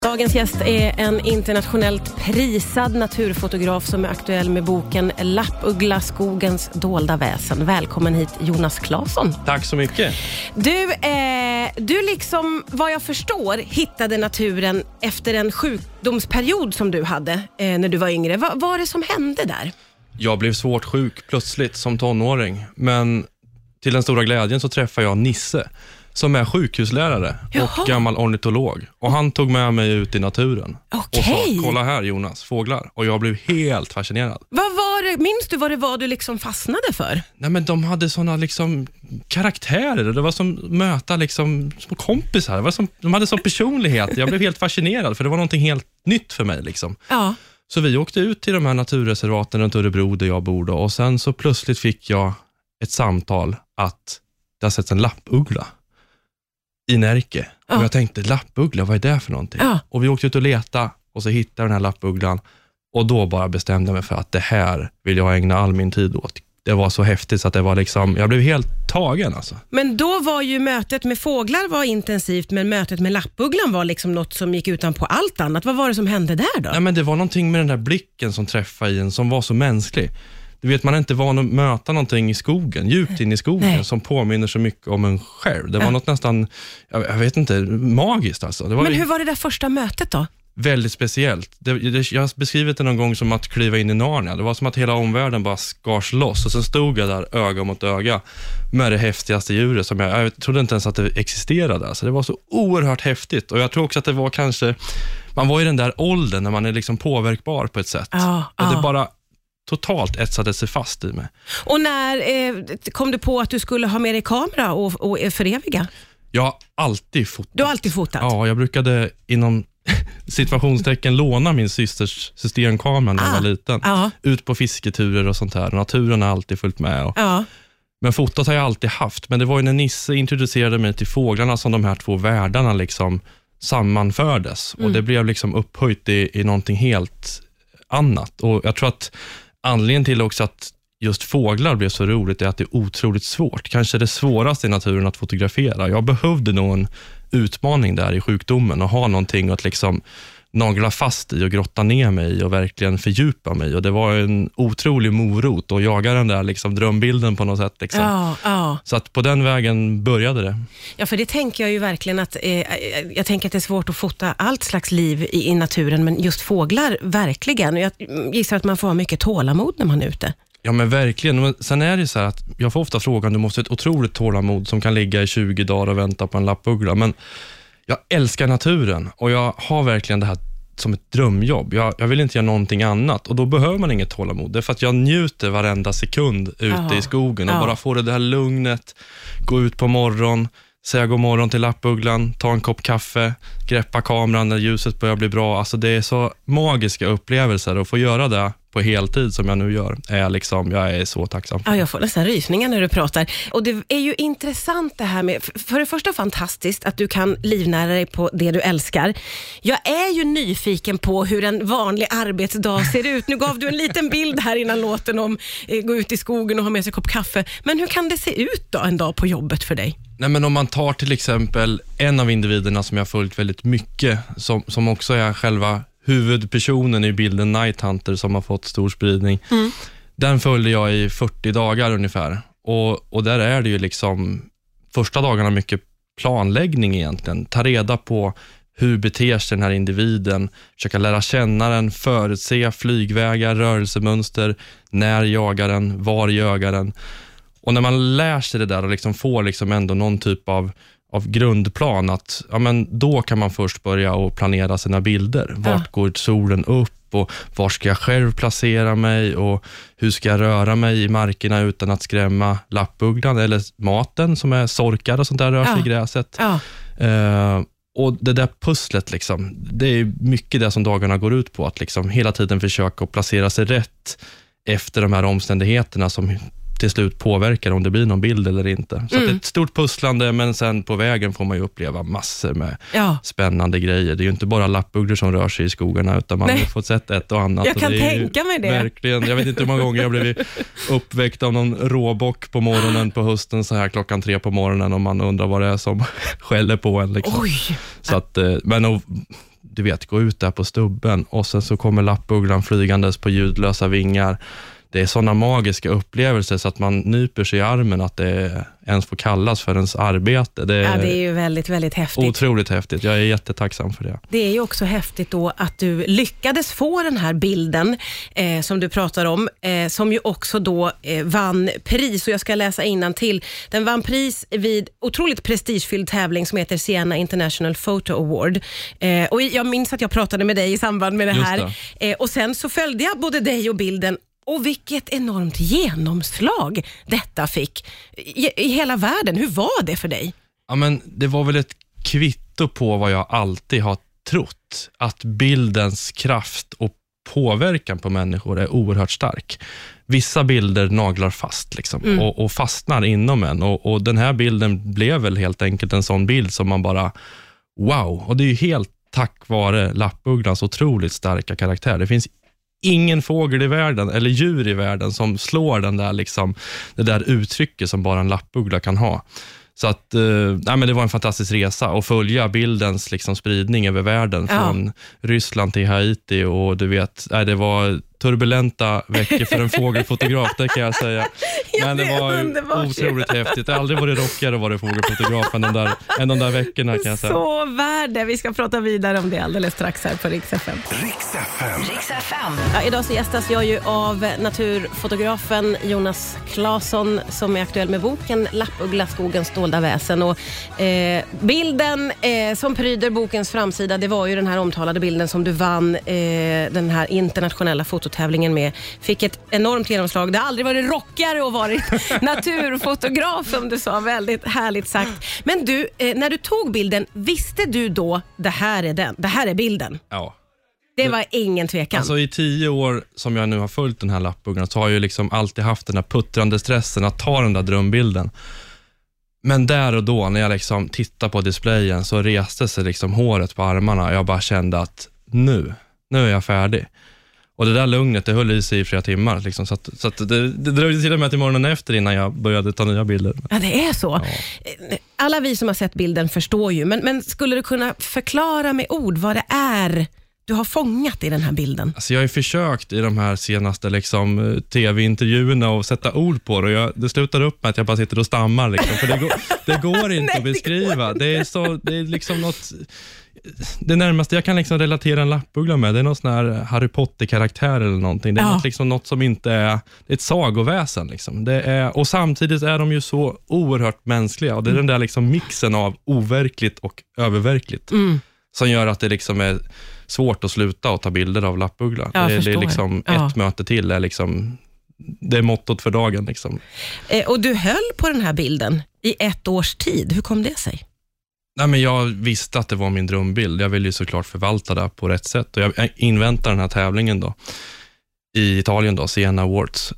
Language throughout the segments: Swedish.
Dagens gäst är en internationellt prisad naturfotograf som är aktuell med boken Lappuggla, skogens dolda väsen. Välkommen hit, Jonas Claesson. Tack så mycket. Du liksom, vad jag förstår, hittade naturen efter en sjukdomsperiod som du hade när du var yngre. Vad var det som hände där? Jag blev svårt sjuk plötsligt som tonåring. Men till den stora glädjen så träffade jag Nisse, som är sjukhuslärare och gammal ornitolog. Och han tog med mig ut i naturen. Och sa, kolla här Jonas, fåglar. Och jag blev helt fascinerad. Vad var det, minns du vad det var du liksom fastnade för? Nej, men de hade såna liksom karaktärer. Det var som möta liksom små kompisar. Det var som, de hade sån personlighet. Jag blev helt fascinerad för det var någonting helt nytt för mig liksom. Ja. Så vi åkte ut till de här naturreservaten runt Örebro där jag bor då. Och sen så plötsligt fick jag ett samtal att det har sett en lappuggla i Närke. Och jag tänkte, lappuggla, vad är det för någonting? Och vi åkte ut och letade och så hittade den här lappugglan. Och då bara bestämde jag mig för att det här vill jag ägna all min tid åt. Det var så häftigt så att det var liksom, jag blev helt tagen alltså. Men då var ju mötet med fåglar var intensivt, men mötet med lappugglan var liksom något som gick utanpå allt annat. Vad var det som hände där då? Nej, men det var någonting med den där blicken som träffade i en som var så mänsklig. Du vet, man är inte van att möta någonting i skogen, djupt in i skogen, som påminner så mycket om en själv. Det var något nästan, jag vet inte, magiskt alltså. Det var men hur var det där första mötet då? Väldigt speciellt. Jag har beskrivit det någon gång som att kliva in i Narnia. Det var som att hela omvärlden bara skars loss. Och sen stod jag där öga mot öga med det häftigaste djuret som jag trodde inte ens att det existerade. Alltså det var så oerhört häftigt. Och jag tror också att det var kanske, man var i den där åldern när man är liksom påverkbar på ett sätt. Och det bara totalt etsade sig fast i mig. Och när kom du på att du skulle ha med dig kamera och föreviga? Jag har alltid fotat. Du har alltid fotat? Ja, jag brukade inom situationstecken låna min systers systemkamera när jag var liten. Ut på fisketurer och sånt här. Naturen har alltid följt med. Men fotot har jag alltid haft. Men det var ju när Nisse introducerade mig till fåglarna som de här två världarna liksom sammanfördes. Och det blev liksom upphöjt i någonting helt annat. Och jag tror att anledningen till också att just fåglar blev så roligt är att det är otroligt svårt. Kanske det svåraste i naturen att fotografera. Jag behövde nog en utmaning där i sjukdomen och ha någonting att liksom nagla fast i och grotta ner mig i och verkligen fördjupa mig. Och det var en otrolig morot att jaga den där liksom drömbilden på något sätt. Liksom. Så att på den vägen började det. Ja, för det tänker jag ju verkligen att jag tänker att det är svårt att fota allt slags liv i naturen, men just fåglar verkligen. Och jag gissar att man får ha mycket tålamod när man är ute. Ja, men verkligen. Men sen är det så här att jag får ofta frågan, du måste ha ett otroligt tålamod som kan ligga i 20 dagar och vänta på en lappuggla. Men jag älskar naturen och jag har verkligen det här som ett drömjobb. Jag vill inte göra någonting annat och då behöver man inget tålamod. Det är för att jag njuter varenda sekund ute i skogen och bara får det här lugnet, gå ut på morgon, säga god morgon till lappugglan, ta en kopp kaffe, greppa kameran när ljuset börjar bli bra. Alltså det är så magiska upplevelser och få göra det på heltid som jag nu gör. Jag är så tacksam för. Ja, jag får nästan rysningar när du pratar. Och det är ju intressant det här med, för det första fantastiskt att du kan livnära dig på det du älskar. Jag är ju nyfiken på hur en vanlig arbetsdag ser ut. Nu gav du en liten bild här innan låten om gå ut i skogen och ha med sig en kopp kaffe. Men hur kan det se ut då en dag på jobbet för dig? Nej, men om man tar till exempel en av individerna som jag har följt väldigt mycket, som också är själva huvudpersonen i bilden Night Hunter som har fått stor spridning. Den följde jag i 40 dagar ungefär. Och där är det ju liksom första dagarna mycket planläggning egentligen. Ta reda på hur beter sig den här individen, försöka lära känna den, förutse flygvägar, rörelsemönster, när jagar den, var jagar den. Och när man lär sig det där och liksom får liksom ändå någon typ av grundplan att då kan man först börja och planera sina bilder. Vart går solen upp och var ska jag själv placera mig och hur ska jag röra mig i markerna utan att skrämma lappugglan eller maten som är sorkar och sånt där rör sig i gräset. Och det där pusslet liksom, det är mycket det som dagarna går ut på, att liksom hela tiden försöka att placera sig rätt efter de här omständigheterna som till slut påverkar om det blir någon bild eller inte. Så att det är ett stort pusslande, men sen på vägen får man ju uppleva massor med spännande grejer. Det är ju inte bara lappugglor som rör sig i skogarna, utan man har fått sett ett och annat. Jag kan tänka mig det. Verkligen, jag vet inte hur många gånger jag blev uppväckt av någon råbock på morgonen på hösten så här 3:00 på morgonen och man undrar vad det är som skäller på en. Liksom. Så att, men du vet, gå ut där på stubben och sen så kommer lappugglan flygandes på ljudlösa vingar. Det är sådana magiska upplevelser så att man nyper sig i armen att det ens får kallas för ens arbete. Det är ju väldigt, väldigt häftigt. Otroligt häftigt. Jag är jättetacksam för det. Det är ju också häftigt då att du lyckades få den här bilden som du pratar om, som ju också då vann pris. Och jag ska läsa innantill. Den vann pris vid otroligt prestigefylld tävling som heter Siena International Photo Award. Och jag minns att jag pratade med dig i samband med det här. Och sen så följde jag både dig och bilden. Och vilket enormt genomslag detta fick i hela världen. Hur var det för dig? Ja, men det var väl ett kvitto på vad jag alltid har trott. Att bildens kraft och påverkan på människor är oerhört stark. Vissa bilder naglar fast liksom, och fastnar inom en. Och den här bilden blev väl helt enkelt en sån bild som man bara, wow. Och det är ju helt tack vare lappugglans otroligt starka karaktär. Det finns ingen fågel i världen eller djur i världen som slår den där liksom, det där uttrycket som bara en lappuggla kan ha. Så att men det var en fantastisk resa att följa bildens liksom spridning över världen från Ryssland till Haiti och du vet, det var turbulenta veckor för en fågelfotograf, det kan jag säga. Men det var otroligt häftigt. Det har aldrig varit rockigare att vara fotograf än de där veckorna, kan jag säga. Så värde. Vi ska prata vidare om det alldeles strax här på Rix FM. Rix FM. Ja, idag så gästas jag ju av naturfotografen Jonas Claesson som är aktuell med boken Lappuggla, skogens dolda väsen. Och bilden som pryder bokens framsida, det var ju den här omtalade bilden som du vann den här internationella fototävlingen med. Fick ett enormt genomslag. Det har aldrig varit rockigare att vara naturfotograf, som du sa. Väldigt härligt sagt. Men du, när du tog bilden, visste du då det här är bilden? Ja. Det var ingen tvekan. Alltså i 10 år som jag nu har följt den här lappugglan så har jag ju liksom alltid haft den här puttrande stressen att ta den där drömbilden. Men där och då när jag liksom tittade på displayen så reste sig liksom håret på armarna. Jag bara kände att nu är jag färdig. Och det där lugnet, det höll i sig i flera timmar. Liksom, så att det dröjde till och med till morgonen efter innan jag började ta nya bilder. Ja, det är så. Ja. Alla vi som har sett bilden förstår ju. Men skulle du kunna förklara med ord vad det är du har fångat i den här bilden? Alltså jag har ju försökt i de här senaste liksom, tv-intervjuerna att sätta ord på det. Och det slutar upp med att jag bara sitter och stammar. Liksom, för det går inte att beskriva. Det är liksom något... Det närmaste jag kan liksom relatera en lappuggla med, det är någon sån här Harry Potter-karaktär eller någonting. Det är liksom något som inte är ett sagoväsen. Liksom. Och samtidigt är de ju så oerhört mänskliga. Och det är den där liksom mixen av overkligt och öververkligt som gör att det liksom är svårt att sluta och ta bilder av lappuggla. Det är liksom ett möte till. Det är mottot för dagen. Liksom. Och du höll på den här bilden i 1 års tid. Hur kom det sig? Nej, men jag visste att det var min drömbild. Jag ville ju såklart förvalta det på rätt sätt. Och jag inväntar den här tävlingen då i Italien då, Siena Awards.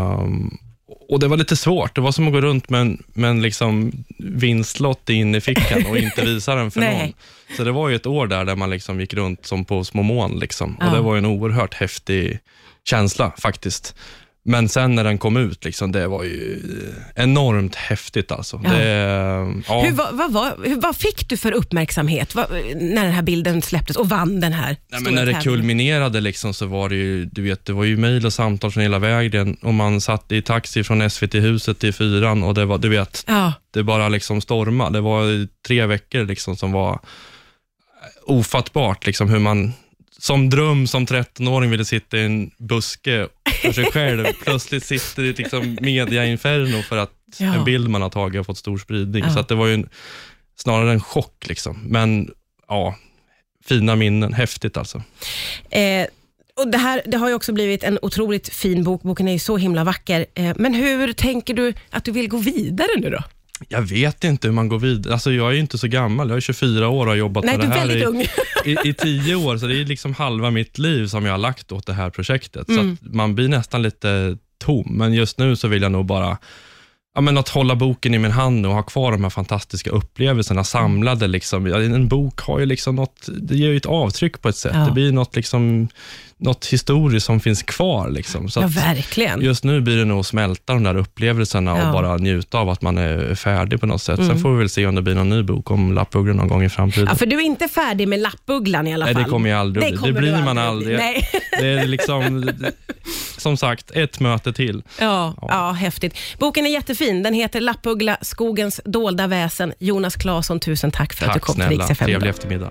Och det var lite svårt. Det var som att gå runt med en liksom vinstlott in i fickan och inte visa den för någon. Så det var ju ett år där man liksom gick runt som på små moln liksom. Och det var ju en oerhört häftig känsla faktiskt. Men sen när den kom ut, liksom, det var ju enormt häftigt alltså. Ja. Vad fick du för uppmärksamhet när den här bilden släpptes och vann den här? Nej, men när det kulminerade liksom, så var det ju, du vet, det var ju mejl och samtal från hela vägen och man satt i taxi från SVT-huset till 4:an och det var, du vet, det bara liksom stormade. Det var 3 veckor liksom som var ofattbart liksom, hur man som 13-åring ville sitta i en buske för sig själv. Plötsligt sitter det liksom media-inferno för att en bild man har tagit har fått stor spridning. Så att det var ju snarare en chock liksom. Men fina minnen, häftigt alltså. Och det har ju också blivit en otroligt fin bok. Boken är ju så himla vacker. Men hur tänker du att du vill gå vidare nu då? Jag vet inte hur man går vidare. Alltså jag är ju inte så gammal. Jag är 24 år och har jobbat med det här i 10 år. Så det är liksom halva mitt liv som jag har lagt åt det här projektet. Så att man blir nästan lite tom. Men just nu så vill jag nog bara Ja, men att hålla boken i min hand och ha kvar de här fantastiska upplevelserna samlade liksom. En bok har ju liksom något, det ger ju ett avtryck på ett sätt. Det blir något liksom, något historiskt som finns kvar liksom. Så att verkligen. Just nu blir det nog att smälta de där upplevelserna och bara njuta av att man är färdig på något sätt. Sen får vi väl se om det blir någon ny bok om Lappugglan någon gång i framtiden. Ja, för du är inte färdig med Lappugglan i alla fall. Nej, det kommer jag aldrig bli. Det blir man aldrig. Nej. Det är liksom, som sagt, ett möte till. Ja, häftigt. Boken är jättefin. Den heter Lappuggla, skogens dolda väsen. Jonas Claesson, tusen tack för att du kom till Rix FM. Trevlig eftermiddag.